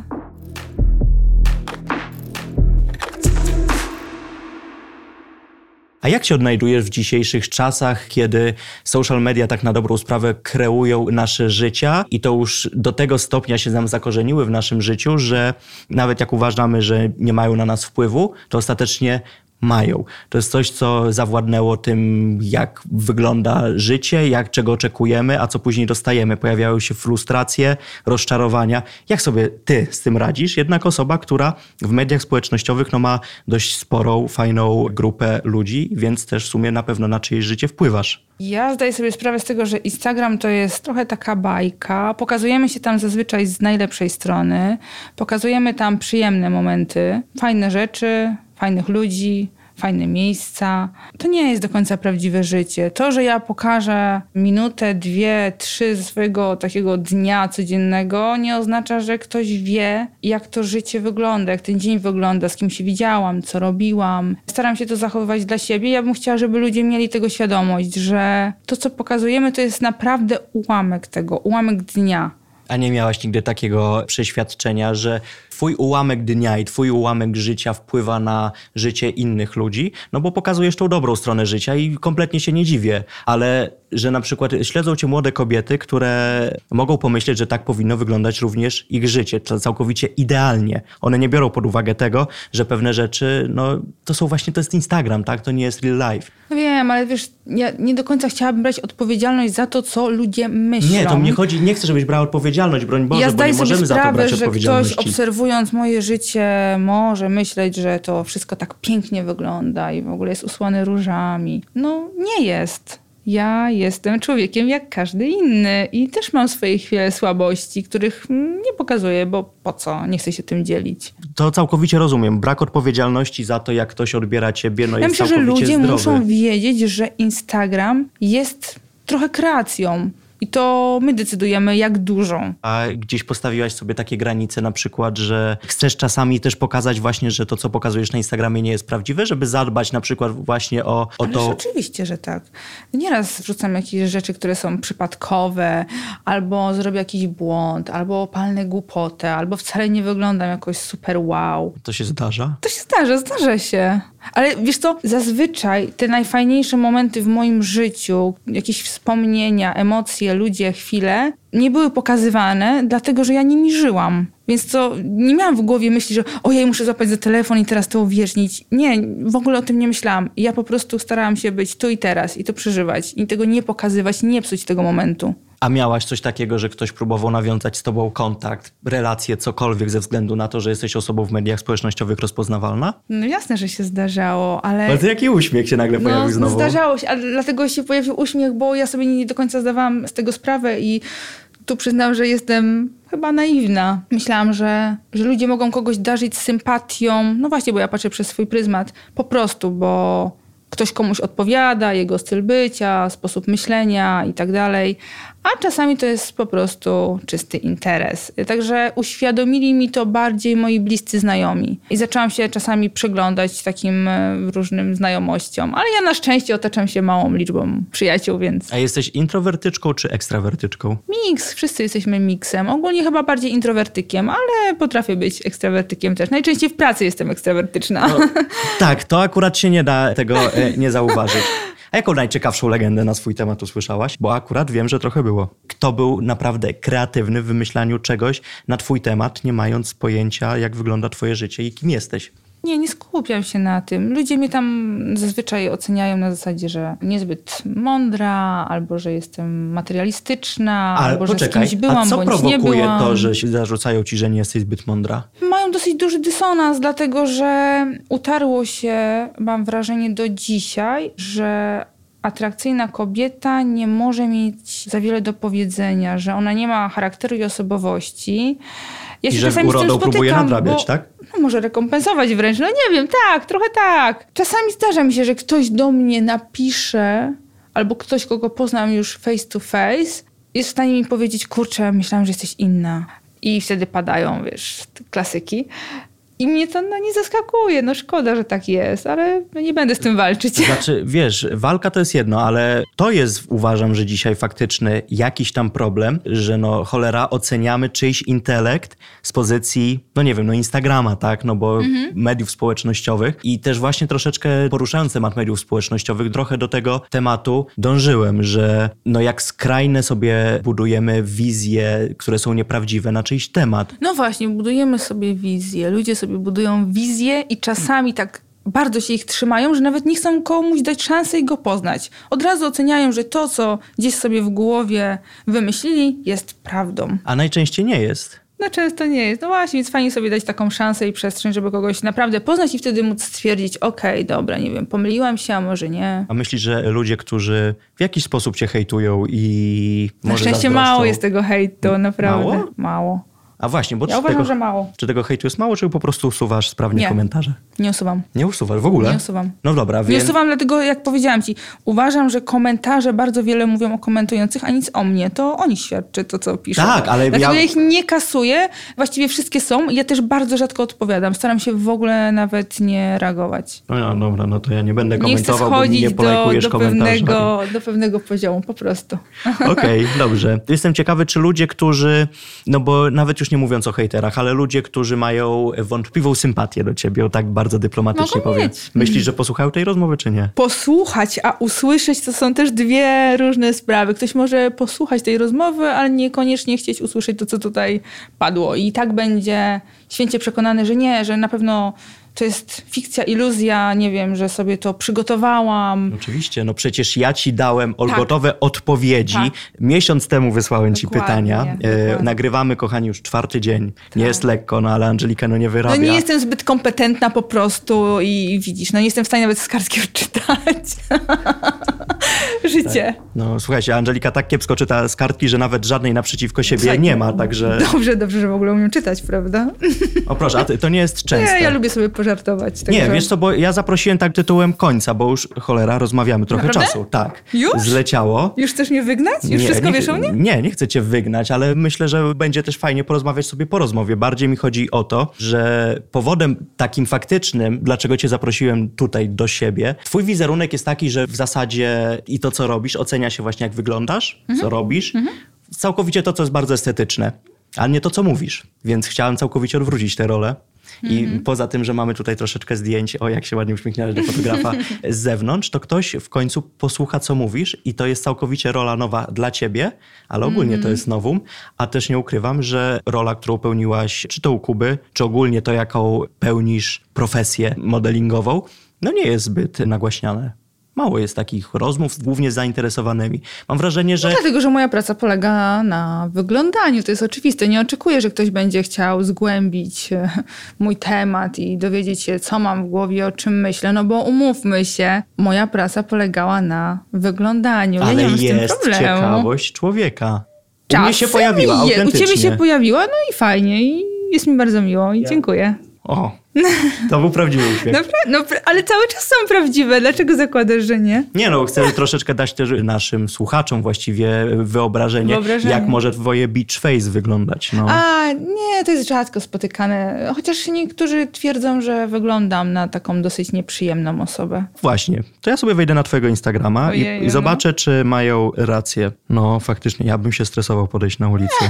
A jak się odnajdujesz w dzisiejszych czasach, kiedy social media tak na dobrą sprawę kreują nasze życia i to już do tego stopnia się nam zakorzeniły w naszym życiu, że nawet jak uważamy, że nie mają na nas wpływu, to ostatecznie mają. To jest coś, co zawładnęło tym, jak wygląda życie, jak czego oczekujemy, a co później dostajemy. Pojawiają się frustracje, rozczarowania. Jak sobie ty z tym radzisz? Jednak osoba, która w mediach społecznościowych no, ma dość sporą, fajną grupę ludzi, więc też w sumie na pewno na czyjeś życie wpływasz. Ja zdaję sobie sprawę z tego, że Instagram to jest trochę taka bajka. Pokazujemy się tam zazwyczaj z najlepszej strony. Pokazujemy tam przyjemne momenty, fajne rzeczy, fajnych ludzi, fajne miejsca. To nie jest do końca prawdziwe życie. To, że ja pokażę minutę, dwie, trzy ze swojego takiego dnia codziennego, nie oznacza, że ktoś wie, jak to życie wygląda, jak ten dzień wygląda, z kim się widziałam, co robiłam. Staram się to zachowywać dla siebie. Ja bym chciała, żeby ludzie mieli tego świadomość, że to, co pokazujemy, to jest naprawdę ułamek tego, ułamek dnia. A nie miałaś nigdy takiego przeświadczenia, że twój ułamek dnia i twój ułamek życia wpływa na życie innych ludzi, no bo pokazujesz tą dobrą stronę życia i kompletnie się nie dziwię, ale że na przykład śledzą cię młode kobiety, które mogą pomyśleć, że tak powinno wyglądać również ich życie, to całkowicie idealnie. One nie biorą pod uwagę tego, że pewne rzeczy, no to są właśnie, to jest Instagram, tak? To nie jest real life. No wiem, ale wiesz, ja nie do końca chciałabym brać odpowiedzialność za to, co ludzie myślą. Nie, to mnie chodzi, nie chcę, żebyś brała odpowiedzialność, broń Boże, ja bo nie możemy sprawę, za to brać że odpowiedzialności. Ktoś obserwując moje życie może myśleć, że to wszystko tak pięknie wygląda i w ogóle jest usłane różami. No nie jest. Ja jestem człowiekiem jak każdy inny i też mam swoje chwile słabości, których nie pokazuję, bo po co? Nie chcę się tym dzielić. To całkowicie rozumiem. Brak odpowiedzialności za to, jak ktoś odbiera ciebie, no ja jest myślę, całkowicie że ludzie zdrowy. muszą wiedzieć, że Instagram jest trochę kreacją. I to my decydujemy, jak dużą. A gdzieś postawiłaś sobie takie granice na przykład, że chcesz czasami też pokazać właśnie, że to, co pokazujesz na Instagramie nie jest prawdziwe, żeby zadbać na przykład właśnie o, o to... Ależ oczywiście, że tak. Nieraz wrzucam jakieś rzeczy, które są przypadkowe, albo zrobię jakiś błąd, albo palnę głupotę, albo wcale nie wyglądam jakoś super wow. To się zdarza? To się zdarza, zdarza się. Ale wiesz co, zazwyczaj te najfajniejsze momenty w moim życiu, jakieś wspomnienia, emocje, ludzie, chwile, nie były pokazywane, dlatego że ja nimi żyłam. Więc to nie miałam w głowie myśli, że ojej, muszę złapać za telefon i teraz to uwiecznić. Nie, w ogóle o tym nie myślałam. Ja po prostu starałam się być tu i teraz i to przeżywać. I tego nie pokazywać, nie psuć tego momentu. A miałaś coś takiego, że ktoś próbował nawiązać z tobą kontakt, relację, cokolwiek ze względu na to, że jesteś osobą w mediach społecznościowych rozpoznawalna? No jasne, że się zdarzało, ale... Ale to jaki uśmiech się nagle pojawił no, znowu? Zdarzało się, ale dlatego się pojawił uśmiech, bo ja sobie nie do końca zdawałam z tego sprawę i tu przyznam, że jestem chyba naiwna. Myślałam, że, że ludzie mogą kogoś darzyć sympatią. No właśnie, bo ja patrzę przez swój pryzmat. Po prostu, bo ktoś komuś odpowiada, jego styl bycia, sposób myślenia i tak dalej. A czasami to jest po prostu czysty interes. Także uświadomili mi to bardziej moi bliscy znajomi. I zaczęłam się czasami przyglądać takim różnym znajomościom. Ale ja na szczęście otaczam się małą liczbą przyjaciół, więc... A jesteś introwertyczką czy ekstrawertyczką? Miks. Wszyscy jesteśmy miksem. Ogólnie chyba bardziej introwertykiem, ale potrafię być ekstrawertykiem też. Najczęściej w pracy jestem ekstrawertyczna. No, tak, to akurat się nie da tego e, nie zauważyć. A jaką najciekawszą legendę na swój temat usłyszałaś? Bo akurat wiem, że trochę było. Kto był naprawdę kreatywny w wymyślaniu czegoś na twój temat, nie mając pojęcia, jak wygląda twoje życie i kim jesteś? Nie, nie skupiam się na tym. Ludzie mnie tam zazwyczaj oceniają na zasadzie, że niezbyt mądra, albo że jestem materialistyczna, Ale albo poczekaj, że z kimś byłam, a co bądź nie prowokuje byłam. to, że się zarzucają ci, że nie jesteś zbyt mądra? Mają dosyć duży dysonans, dlatego że utarło się, mam wrażenie do dzisiaj, że atrakcyjna kobieta nie może mieć za wiele do powiedzenia, że ona nie ma charakteru i osobowości. Ja się I że czasami urodą z tym próbuje spotykam, nadrabiać, bo, tak? No może rekompensować wręcz. No nie wiem, tak, trochę tak. Czasami zdarza mi się, że ktoś do mnie napisze, albo ktoś, kogo poznam już face to face, jest w stanie mi powiedzieć, kurczę, myślałam, że jesteś inna. I wtedy padają, wiesz, klasyki. I mnie to no, nie zaskakuje. No szkoda, że tak jest, ale nie będę z tym walczyć. Znaczy, wiesz, walka to jest jedno, ale to jest, uważam, że dzisiaj faktyczny jakiś tam problem, że no cholera, oceniamy czyjś intelekt z pozycji, no nie wiem, no Instagrama, tak, no bo mhm. mediów społecznościowych i też właśnie troszeczkę poruszając temat mediów społecznościowych, trochę do tego tematu dążyłem, że no jak skrajne sobie budujemy wizje, które są nieprawdziwe na czyjś temat. No właśnie, budujemy sobie wizje, ludzie sobie budują wizje i czasami tak bardzo się ich trzymają, że nawet nie chcą komuś dać szansę i go poznać. Od razu oceniają, że to, co gdzieś sobie w głowie wymyślili, jest prawdą. A najczęściej nie jest. No często nie jest. No właśnie, więc fajnie sobie dać taką szansę i przestrzeń, żeby kogoś naprawdę poznać i wtedy móc stwierdzić, okej, okay, dobra, nie wiem, pomyliłam się, a może nie. A myślisz, że ludzie, którzy w jakiś sposób cię hejtują i może może Na szczęście zazdroszczą... mało jest tego hejtu, naprawdę. Mało? Mało. A właśnie, bo ja czy, uważam, tego, że mało. czy tego hejtu jest mało, czy po prostu usuwasz sprawnie nie. komentarze? Nie usuwam. Nie usuwasz w ogóle? Nie usuwam. No dobra, Nie więc... usuwam, dlatego jak powiedziałam ci, uważam, że komentarze bardzo wiele mówią o komentujących, a nic o mnie. To o nich świadczy to, co piszą. Tak, ale dlatego ja... ja ich nie kasuję. Właściwie wszystkie są. Ja też bardzo rzadko odpowiadam. Staram się w ogóle nawet nie reagować. No, no dobra, no to ja nie będę komentował, nie chcę schodzić bo nie polajkujesz do, do komentarzy. pewnego, do pewnego poziomu, po prostu. Okej, okay, dobrze. Jestem ciekawy, czy ludzie, którzy, no bo nawet już nie nie mówiąc o hejterach, ale ludzie, którzy mają wątpliwą sympatię do ciebie, o tak bardzo dyplomatycznie Mogą powiem. mieć. Myślisz, że posłuchają tej rozmowy, czy nie? Posłuchać, a usłyszeć to są też dwie różne sprawy. Ktoś może posłuchać tej rozmowy, ale niekoniecznie chcieć usłyszeć to, co tutaj padło. I tak będzie święcie przekonany, że nie, że na pewno to jest fikcja, iluzja, nie wiem, że sobie to przygotowałam. Oczywiście, no przecież ja ci dałem Tak. gotowe odpowiedzi. Tak. Miesiąc temu wysłałem ci Dokładnie, pytania. E, dokładnie. nagrywamy, kochani, już czwarty dzień. Nie jest lekko, no ale Angelika no nie wyrabia. No nie jestem zbyt kompetentna po prostu i widzisz, no nie jestem w stanie nawet z kartki odczytać. Życie. No słuchajcie, Angelika tak kiepsko czyta z kartki, że nawet żadnej naprzeciwko siebie Słuchaj, nie ma, także... Dobrze, dobrze, że w ogóle umiem czytać, prawda? O proszę, a ty, to nie jest częste. Nie, ja lubię sobie pożartować. Nie, także- wiesz co, bo ja zaprosiłem tak tytułem końca, bo już, cholera, rozmawiamy trochę Naprawdę? czasu. Tak. Już? Zleciało. Już chcesz mnie wygnać? Już wszystko nie, wiesz o mnie? Nie, nie chcę cię wygnać, ale myślę, że będzie też fajnie porozmawiać sobie po rozmowie. Bardziej mi chodzi o to, że powodem takim faktycznym, dlaczego cię zaprosiłem tutaj do siebie, twój wizerunek jest taki, że w zasadzie i to, co robisz, ocenia się właśnie jak wyglądasz, Mhm. co robisz. Mhm. Całkowicie to, co jest bardzo estetyczne, a nie to, co mówisz. Więc chciałem całkowicie odwrócić tę rolę. I Mhm. poza tym, że mamy tutaj troszeczkę zdjęć, o jak się ładnie uśmiechnęłaś do fotografa z zewnątrz, to ktoś w końcu posłucha, co mówisz i to jest całkowicie rola nowa dla ciebie, ale ogólnie to jest nowum, a też nie ukrywam, że rola, którą pełniłaś, czy to u Kuby, czy ogólnie to, jaką pełnisz profesję modelingową, no nie jest zbyt nagłaśniane. Mało jest takich rozmów, głównie z zainteresowanymi. Mam wrażenie, że... No dlatego, że moja praca polega na wyglądaniu. To jest oczywiste. Nie oczekuję, że ktoś będzie chciał zgłębić e, mój temat i dowiedzieć się, co mam w głowie, o czym myślę. No bo umówmy się, moja praca polegała na wyglądaniu. Ja Ale nie mam z tym jest problemu. ciekawość człowieka. U mnie się Czasem pojawiła je- autentycznie. U ciebie się pojawiła, no i fajnie. I jest mi bardzo miło i dziękuję. O, to był prawdziwy uśmiech. Napra- no, pra- ale cały czas są prawdziwe. Dlaczego zakładasz, że nie? Nie no, chcę troszeczkę dać też naszym słuchaczom właściwie wyobrażenie, Wyobrażenie. jak może twoje beach face wyglądać. No. A, nie, to jest rzadko spotykane. Chociaż niektórzy twierdzą, że wyglądam na taką dosyć nieprzyjemną osobę. Właśnie, to ja sobie wejdę na twojego Instagrama Ojej, i, i no. zobaczę, czy mają rację. No faktycznie, ja bym się stresował podejść na ulicy.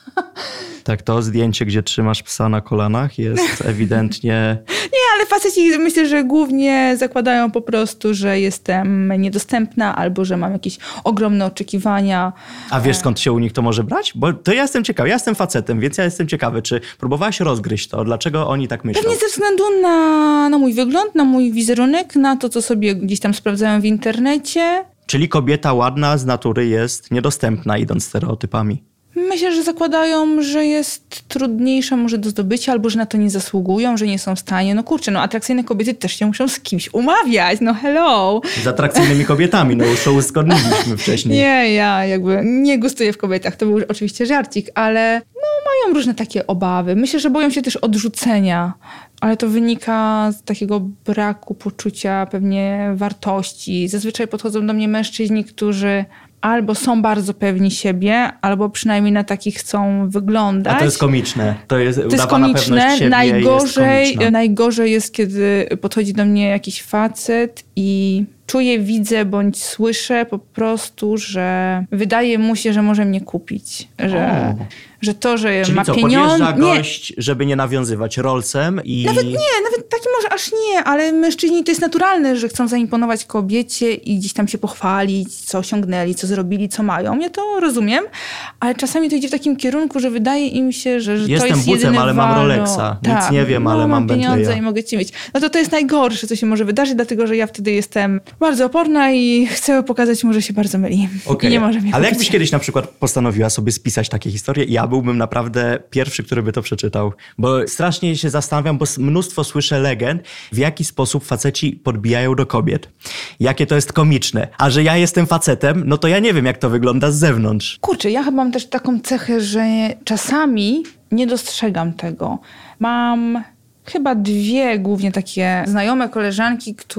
Tak, to zdjęcie, gdzie trzymasz psa na kolanach jest ewidentnie... Nie, ale faceci myślę, że głównie zakładają po prostu, że jestem niedostępna albo że mam jakieś ogromne oczekiwania. A wiesz, skąd się u nich to może brać? Bo to ja jestem ciekawy, ja jestem facetem, więc ja jestem ciekawy, czy próbowałaś rozgryźć to, dlaczego oni tak myślą? Pewnie ze względu na, na mój wygląd, na mój wizerunek, na to, co sobie gdzieś tam sprawdzałem w internecie. Czyli kobieta ładna z natury jest niedostępna, idąc stereotypami. Myślę, że zakładają, że jest trudniejsza może do zdobycia, albo że na to nie zasługują, że nie są w stanie. No kurczę, no atrakcyjne kobiety też się muszą z kimś umawiać, no hello. Z atrakcyjnymi kobietami, no już to uzgodniliśmy wcześniej. Nie, ja jakby nie gustuję w kobietach, to był oczywiście żarcik, ale no mają różne takie obawy. Myślę, że boją się też odrzucenia, ale to wynika z takiego braku poczucia pewnie wartości. Zazwyczaj podchodzą do mnie mężczyźni, którzy albo są bardzo pewni siebie, albo przynajmniej na takich chcą wyglądać. A to jest komiczne. To jest, To jest udawana pewność komiczne. siebie Najgorzej, jest komiczna. najgorzej jest, kiedy podchodzi do mnie jakiś facet i czuję, widzę bądź słyszę po prostu, że wydaje mu się, że może mnie kupić. Że, że to, że Czyli ma co, pieniądze... podjeżdża gość, żeby nie nawiązywać rolcem i... Nawet nie, nawet taki może aż nie, ale mężczyźni to jest naturalne, że chcą zaimponować kobiecie i gdzieś tam się pochwalić, co osiągnęli, co zrobili, co mają. Ja to rozumiem, ale czasami to idzie w takim kierunku, że wydaje im się, że, że to Jestem jest bucem, jedyny ale mam walor. Rolexa. Nic Tak, nie wiem, no, ale mam pieniądze Bentleya. i mogę ci mieć. No to to jest najgorsze, co się może wydarzyć, dlatego że ja wtedy jestem bardzo oporna i chcę pokazać mu, że się bardzo myli. Okay. I nie może mnie Ale kupić. jakbyś kiedyś na przykład postanowiła sobie spisać takie historie, ja byłbym naprawdę pierwszy, który by to przeczytał. Bo strasznie się zastanawiam, bo mnóstwo słyszę legend, w jaki sposób faceci podbijają do kobiet. Jakie to jest komiczne. A że ja jestem facetem, no to ja nie wiem, jak to wygląda z zewnątrz. Kurczę, ja chyba mam też taką cechę, że czasami nie dostrzegam tego. Mam chyba dwie głównie takie znajome koleżanki, które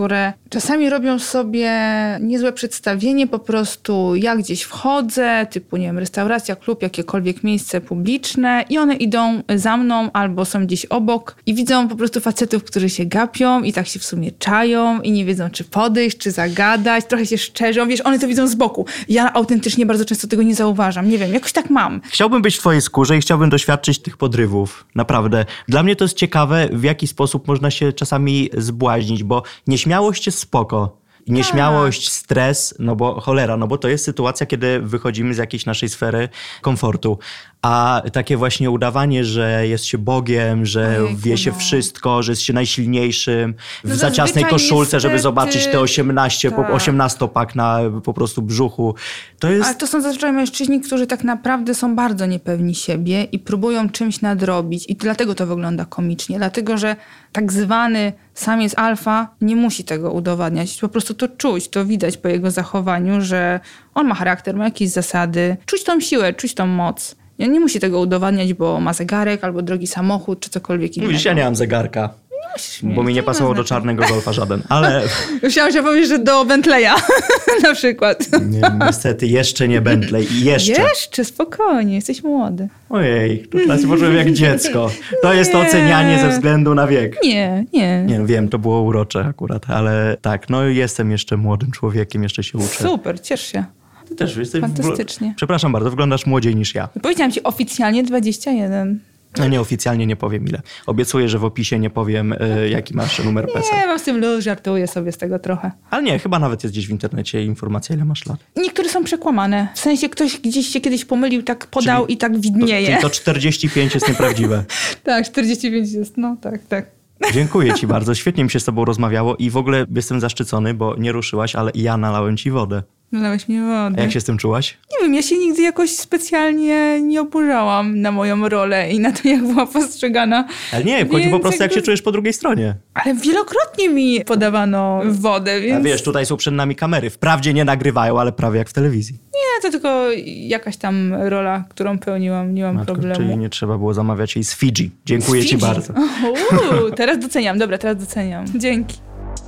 Czasami robią sobie niezłe przedstawienie, po prostu ja gdzieś wchodzę, typu, nie wiem, restauracja, klub, jakiekolwiek miejsce publiczne i one idą za mną albo są gdzieś obok i widzą po prostu facetów, którzy się gapią i tak się w sumie czają i nie wiedzą, czy podejść, czy zagadać, trochę się szczerzą, wiesz, one to widzą z boku. Ja autentycznie bardzo często tego nie zauważam, nie wiem, jakoś tak mam. Chciałbym być w twojej skórze i chciałbym doświadczyć tych podrywów, naprawdę. Dla mnie to jest ciekawe, w jaki sposób można się czasami zbłaźnić, bo nieśmiałość jest spoko. Nieśmiałość, stres, no bo cholera, no bo to jest sytuacja, kiedy wychodzimy z jakiejś naszej sfery komfortu. A takie właśnie udawanie, że jest się Bogiem, że Ojejku, wie się no. wszystko, że jest się najsilniejszym, w no za ciasnej koszulce, niestety... żeby zobaczyć te osiemnaście, tak. osiemnastopak na po prostu brzuchu. To jest... Ale to są zazwyczaj mężczyźni, którzy tak naprawdę są bardzo niepewni siebie i próbują czymś nadrobić. I dlatego to wygląda komicznie. Dlatego, że tak zwany samiec alfa nie musi tego udowadniać. Po prostu to czuć, to widać po jego zachowaniu, że on ma charakter, ma jakieś zasady. Czuć tą siłę, czuć tą moc. On nie musi tego udowadniać, bo ma zegarek albo drogi samochód, czy cokolwiek innego. Widzisz, ja nie mam zegarka. Bo mi nie pasował do czarnego golfa żaden, ale... Myślałam, że powiesz, że do Bentleya na przykład. Nie, niestety, jeszcze nie Bentley. I jeszcze. Jeszcze? Spokojnie, jesteś młody. Ojej, to teraz się poczułem jak dziecko. To jest to ocenianie ze względu na wiek. Nie, nie. Nie, no wiem, to było urocze akurat, ale tak, no jestem jeszcze młodym człowiekiem, jeszcze się uczę. Super, ciesz się. Ty też jesteś... Fantastycznie. W... Przepraszam bardzo, wyglądasz młodziej niż ja. Powiedziałam ci oficjalnie dwadzieścia jeden. No nieoficjalnie nie powiem ile. Obiecuję, że w opisie nie powiem, y, jaki masz numer PESEL. Nie, mam z tym luz, żartuję sobie z tego trochę. Ale nie, chyba nawet jest gdzieś w internecie informacja, ile masz lat. Niektóre są przekłamane. W sensie ktoś gdzieś się kiedyś pomylił, tak podał czyli i tak widnieje. To, czyli to czterdzieści pięć jest nieprawdziwe. Tak, czterdzieści pięć jest, no tak, tak. Dziękuję ci bardzo, świetnie mi się z tobą rozmawiało i w ogóle jestem zaszczycony, bo nie ruszyłaś, ale ja nalałem ci wodę. Nalałeś mi wodę. A jak się z tym czułaś? Nie wiem, ja się nigdy jakoś specjalnie nie oburzałam na moją rolę i na to, jak była postrzegana. Ale nie, więc chodzi po prostu, jak się czujesz po drugiej stronie. Ale wielokrotnie mi podawano wodę, więc... A wiesz, tutaj są przed nami kamery. Wprawdzie nie nagrywają, ale prawie jak w telewizji. Nie, to tylko jakaś tam rola, którą pełniłam, nie mam Matko, problemu. Czyli nie trzeba było zamawiać jej z Fidżi. Dziękuję z ci Fidżi? bardzo. Uuu, teraz doceniam, dobra, teraz doceniam. Dzięki.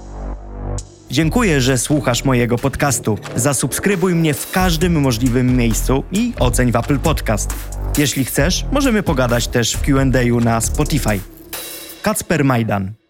Dziękuję, że słuchasz mojego podcastu. Zasubskrybuj mnie w każdym możliwym miejscu i oceń w Apple Podcast. Jeśli chcesz, możemy pogadać też w Q and A na Spotify. Kacper Majdan.